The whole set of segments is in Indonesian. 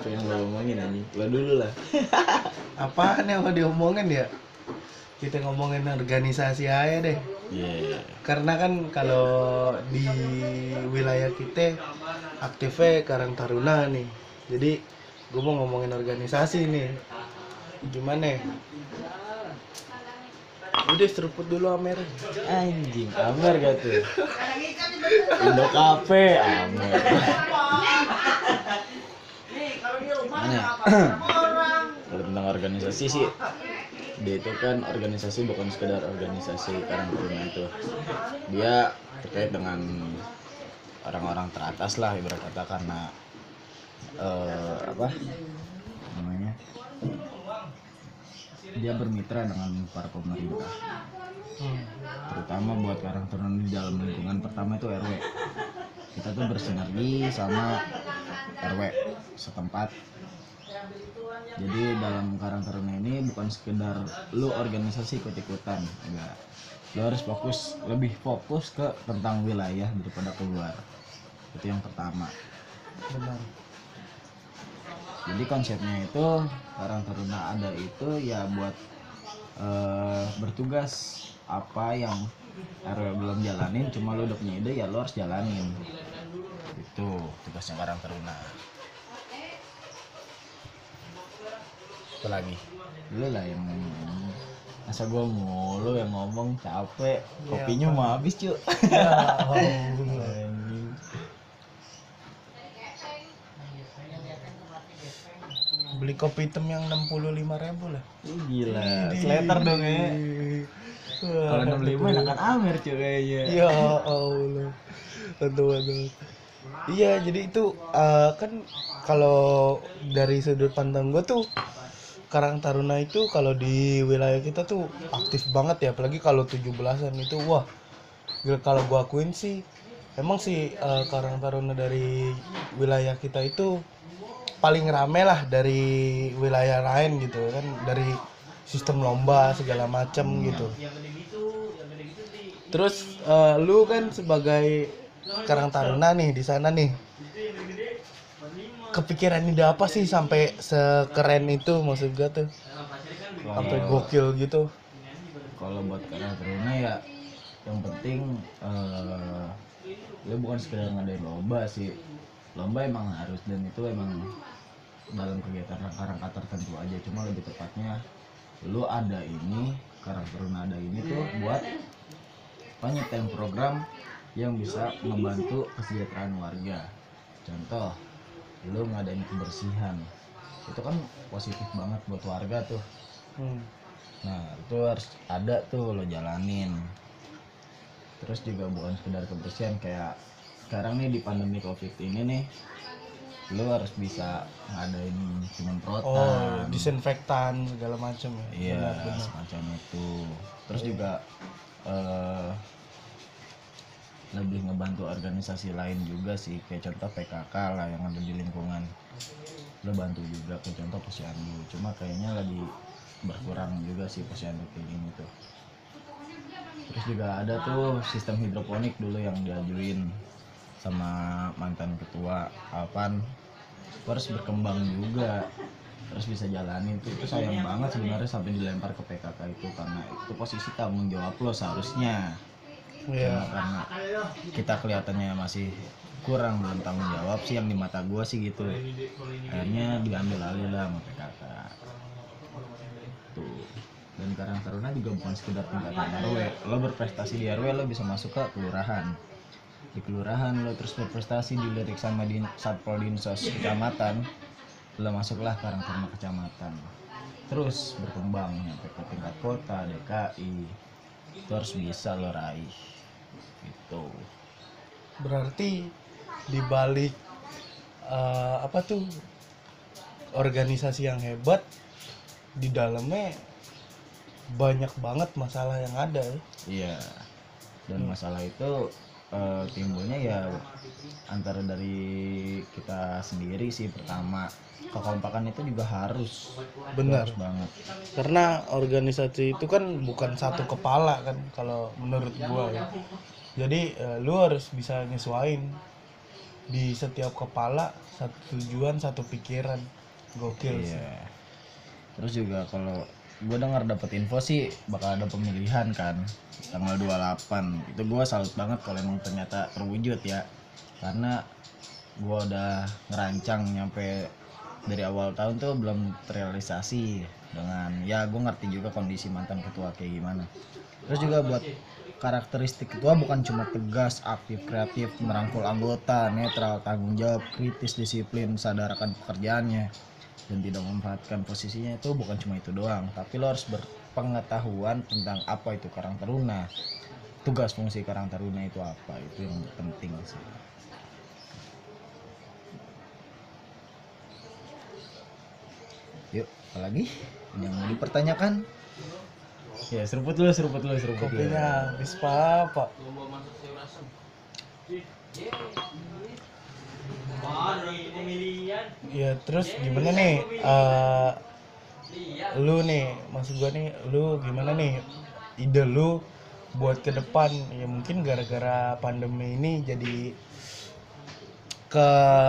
apa yang lo ngomongin anjing? Lo dulu lah. Apaan yang mau diomongin ya? Kita ngomongin organisasi aja deh. Iya. Karena kan kalau di wilayah kita aktifnya Karang Taruna nih. Jadi gue mau ngomongin organisasi nih. Gimana ya? Udah seruput dulu Amer. Anjing, Amer gak tuh? Indo Cafe, Amer. Mana? Kalau tentang organisasi sih, dia itu kan organisasi bukan sekedar organisasi Karang Taruna itu. Dia terkait dengan orang-orang teratas lah ibarat kata, karena apa namanya, dia bermitra dengan para pemerintah, terutama buat Karang Taruna di dalam lingkungan. Pertama itu RW, kita tuh bersinergi sama RW setempat. Jadi dalam Karang Taruna ini bukan sekedar lu organisasi ikut-ikutan, enggak. Lu harus lebih fokus ke tentang wilayah daripada keluar. Itu yang pertama. Benar. Jadi konsepnya itu Karang Taruna ada itu ya buat bertugas apa yang RW belum jalanin, cuma lu udah punya ide ya lu harus jalanin. Itu tugasnya Karang Taruna. Apa lagi? Lu lah yang ngomong. Masa gua mulu yang ngomong, capek. Kopinya mau habis, cuy. Ya, beli kopi hitam yang 65.000 lah. Gila, slater dong ya. Kalau 65 enakan Amer cuy kayaknya. Ya Allah. Aduh. Iya, jadi itu kan kalau dari sudut pandang gue tuh Karang Taruna itu kalau di wilayah kita tuh aktif banget ya, apalagi kalau 17-an itu wah. Gila, kalau gua akuin sih emang sih Karang Taruna dari wilayah kita itu paling rame lah dari wilayah lain gitu kan, dari sistem lomba segala macam gitu. Terus lu kan sebagai Karang Taruna nih di sana nih, kepikiran ide apa sih sampai sekeren itu, maksud gue tuh sampai gokil gitu? Kalau buat Karang Taruna ya yang penting lu bukan sekedar ngadain lomba sih. Lomba emang harus, dan itu emang dalam kegiatan rangka-rangka tertentu aja. Cuma lebih tepatnya lu ada ini, Karang Taruna ada ini tuh buat nyiptain program yang bisa membantu kesejahteraan warga. Contoh, lu ngadain kebersihan, itu kan positif banget buat warga tuh. Nah itu harus ada tuh lo jalanin. Terus juga bukan sekedar kebersihan, kayak sekarang nih di pandemi COVID ini nih, lo harus bisa ngadain penyemprotan, disinfektan segala macam ya. Iya, semacam itu. Terus juga lebih ngebantu organisasi lain juga sih, kayak contoh PKK lah yang ada di lingkungan, lo bantu juga. Kayak contoh posyandu, cuma kayaknya lagi berkurang juga sih posyandu kayak gini tuh. Terus juga ada tuh sistem hidroponik dulu yang diajuin sama mantan ketua Alpan, harus berkembang juga, terus bisa jalanin tuh. Itu sayang banget sebenarnya sampai dilempar ke PKK itu, karena itu posisi tanggung jawab lo seharusnya. Iya. Karena kita kelihatannya masih kurang, belum tanggung jawab sih yang di mata gue sih gitu. Akhirnya diambil alih lah sama PKK tuh. Dan Karang Taruna juga bukan sekedar tingkatan RW. Lo berprestasi di RW, lo bisa masuk ke kelurahan. Di kelurahan lo terus berprestasi, dilirik sama di Satpol Dinsos kecamatan, lo masuklah Karang Taruna kecamatan. Terus berkembang sampai ke tingkat kota, DKI. Itu harus bisa lo raih gitu. Berarti di balik apa tuh organisasi yang hebat, di dalamnya banyak banget masalah yang ada ya. Iya. Dan masalah itu timbulnya ya antara dari kita sendiri sih. Pertama, kekompakan itu juga harus. Benar Harus banget. karena organisasi itu kan bukan satu kepala kan kalau menurut gua ya. Jadi lu harus bisa nyesuain di setiap kepala satu tujuan, satu pikiran. Gokil sih. Iya. Terus juga kalau gue dengar dapat info sih bakal ada pemilihan kan tanggal 28. Itu gue salut banget kalau emang ternyata terwujud ya. Karena gue udah ngerancang nyampe dari awal tahun tuh belum terrealisasi dengan ya gue ngerti juga kondisi mantan ketua kayak gimana. Terus juga buat karakteristik ketua bukan cuma tegas, aktif, kreatif, merangkul anggota, netral, tanggung jawab, kritis, disiplin, sadar akan pekerjaannya dan tidak memanfaatkan posisinya. Itu bukan cuma itu doang, tapi lo harus berpengetahuan tentang apa itu Karang Taruna, tugas fungsi Karang Taruna itu apa, itu yang penting sih. Yuk, apalagi yang mau dipertanyakan? Ya, seruput dulu. Kopinya habis Pak. Ya terus gimana nih? Lu nih, maksud gua nih, lu gimana nih ide lu buat ke depan? Ya mungkin gara-gara pandemi ini jadi ke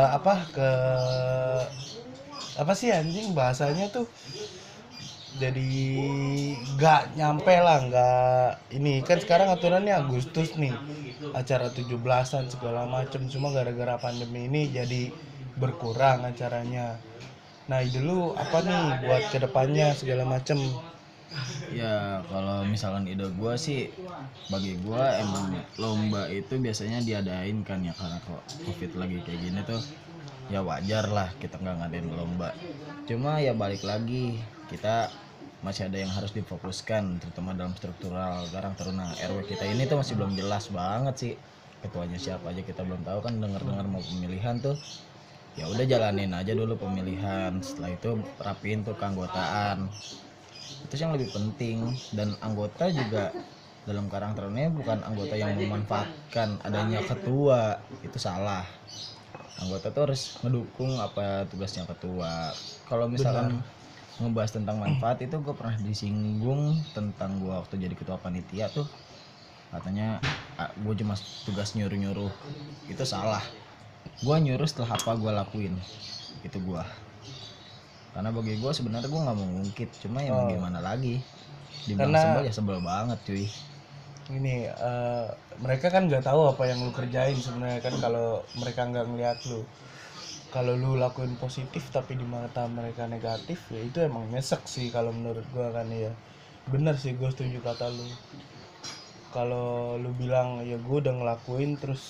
apa sih anjing bahasanya tuh, jadi gak nyampe lah, gak ini kan sekarang aturannya Agustus nih acara 17-an segala macem, cuma gara-gara pandemi ini jadi berkurang acaranya. Nah ide lu apa nih buat kedepannya segala macem? Ya kalau misalkan ide gue sih, bagi gue emang lomba itu biasanya diadain kan ya, karena kok covid lagi kayak gini tuh ya wajar lah kita nggak ngadain lomba. Cuma ya balik lagi, kita masih ada yang harus difokuskan, terutama dalam struktural Karang Taruna RW kita ini tuh masih belum jelas banget sih ketuanya siapa aja, kita belum tahu kan. Dengar-dengar mau pemilihan tuh, ya udah jalanin aja dulu pemilihan, setelah itu rapiin tuh keanggotaan, itu yang lebih penting. Dan anggota juga dalam Karang Taruna bukan anggota yang memanfaatkan adanya ketua, itu salah. Anggota tuh harus ngedukung apa tugasnya ketua. Kalau misalkan ngebahas tentang manfaat, itu gue pernah disinggung tentang gue waktu jadi ketua panitia tuh, katanya gue cuma tugas nyuruh-nyuruh, itu salah. Gue nyuruh setelah apa gue lakuin, itu gue. Karena bagi gue sebenarnya gue nggak mau ngungkit, cuma ya mau gimana lagi, dibilang sebel ya sebel banget cuy. Ini mereka kan nggak tahu apa yang lu kerjain sebenarnya kan, kalau mereka nggak ngeliat lu. Kalau lu lakuin positif tapi di mata mereka negatif, ya itu emang nyesek sih kalau menurut gua kan ya. Bener sih, gue setuju kata lu. Kalau lu bilang ya gue udah ngelakuin terus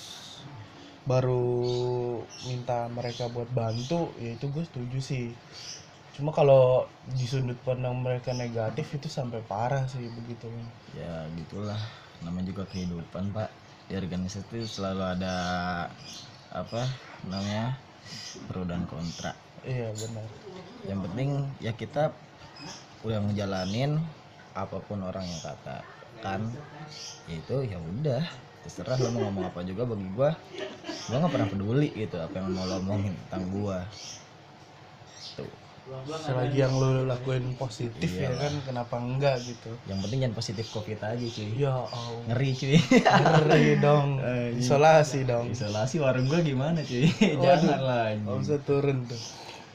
baru minta mereka buat bantu, ya itu gue setuju sih. Cuma kalau di sudut pandang mereka negatif itu sampai parah sih begitu. Ya gitulah, namanya juga kehidupan pak. Di organisasi itu selalu ada apa namanya, pro dan kontra. Iya benar. Yang penting ya kita udah ngejalanin, apapun orang yang katakan itu ya udah terserah lo mau ngomong apa juga. Bagi gua nggak pernah peduli gitu apa yang mau lo omongin tentang gua tuh. Selagi yang lo lakuin positif ya kan, kenapa enggak gitu. Yang penting jangan positif covid aja cuy. Ya Allah, Ngeri cuy. ngeri dong. Isolasi dong. Isolasi warung gua gimana cuy. Jangan lah. Nggak usah turun tuh.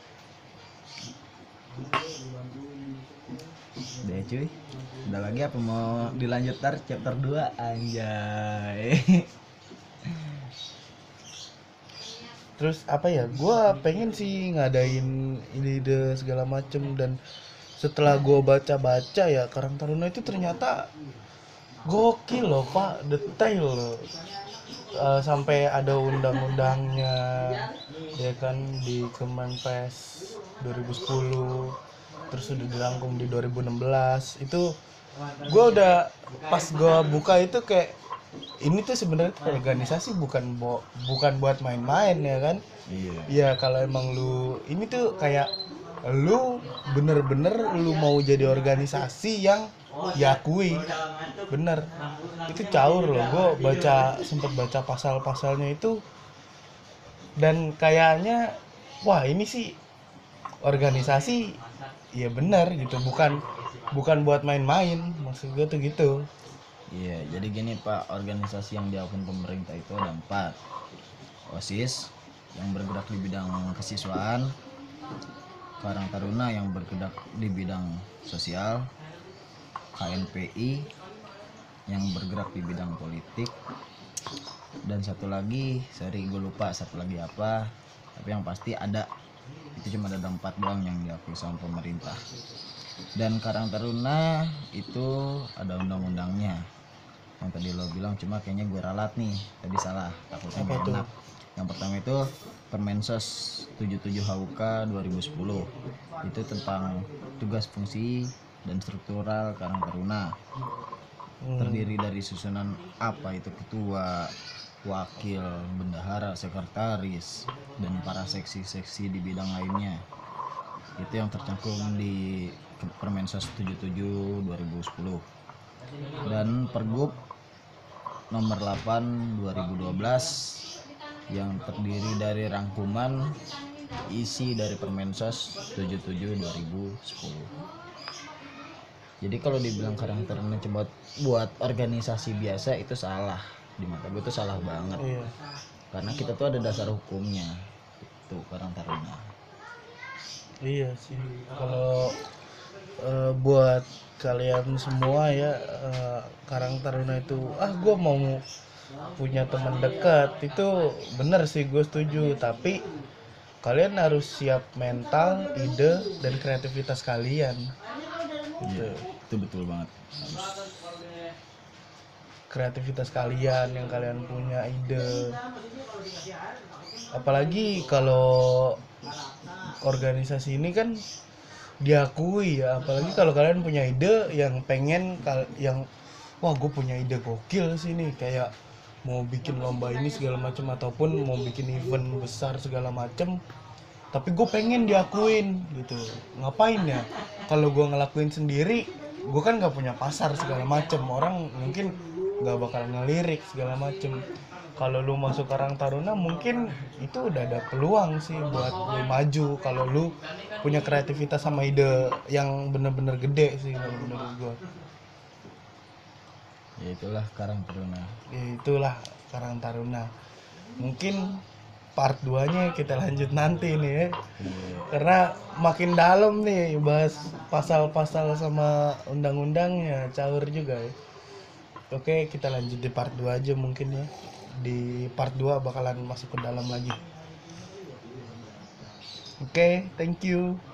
Deh cuy, udah lagi apa mau dilanjut chapter 2 anjay. Terus apa ya, gue pengen sih ngadain ide segala macem. Dan setelah gue baca-baca ya, Karang Taruna itu ternyata gokil loh pak, detail loh. Sampai ada undang-undangnya ya kan, di Kemenpes 2010, terus udah dirangkum di 2016. Itu gue udah pas gue buka itu kayak, ini tuh sebenarnya organisasi bukan buat main-main ya kan. Iya. Ya kalau emang lu ini tuh kayak lu bener-bener lu mau jadi organisasi yang diakui, bener. Itu caur loh, gue sempet baca pasal-pasalnya itu, dan kayaknya wah ini sih organisasi ya bener gitu, bukan buat main-main, maksud gue tuh gitu. Iya, jadi gini Pak, organisasi yang diakui pemerintah itu ada 4. OSIS, yang bergerak di bidang kesiswaan, Karang Taruna yang bergerak di bidang sosial, KNPI yang bergerak di bidang politik, dan satu lagi sorry gue lupa satu lagi apa, tapi yang pasti ada, itu cuma ada 4 doang yang diakui sama pemerintah. Dan Karang Taruna itu ada undang-undangnya yang tadi lo bilang, cuma kayaknya gue ralat nih, tadi salah, takutnya Apa gak tuh? enak. Yang pertama itu Permensos 77 HUK 2010, itu tentang tugas fungsi dan struktural Karang Taruna, terdiri dari susunan apa itu ketua, wakil, bendahara, sekretaris, dan para seksi-seksi di bidang lainnya. Itu yang tercantum di Permensos 77 2010. Dan Pergub nomor 8 2012 yang terdiri dari rangkuman isi dari Permensos 77 2010. Jadi kalau dibilang Karang Taruna cuma buat organisasi biasa itu salah, di mata gue itu salah banget. Iya. Karena kita tuh ada dasar hukumnya, itu Karang Taruna. Iya sih. Kalau buat kalian semua ya, Karang Taruna itu gue mau punya teman dekat, itu bener sih, gue setuju, tapi kalian harus siap mental, ide, dan kreativitas kalian gitu. Iya, itu betul banget. Kreativitas kalian yang kalian punya ide, apalagi kalau organisasi ini kan diakui ya, apalagi kalau kalian punya ide yang yang wah gue punya ide gokil sih nih, kayak mau bikin lomba ini segala macam ataupun mau bikin event besar segala macam, tapi gue pengen diakuin gitu. Ngapain ya kalau gue ngelakuin sendiri, gue kan nggak punya pasar segala macam, orang mungkin nggak bakal ngelirik segala macem. Kalau lu masuk Karang Taruna mungkin itu udah ada peluang sih buat lu maju, kalau lu punya kreativitas sama ide yang bener-bener gede sih kalau menurut gua. Ya itulah Karang Taruna. Ya itulah Karang Taruna. Mungkin part 2-nya kita lanjut nanti nih ya. Karena makin dalam nih bahas pasal-pasal sama undang-undangnya, caur juga ya. Oke, kita lanjut di part 2 aja mungkin ya. Di part 2 bakalan masuk ke dalam lagi. Oke, thank you.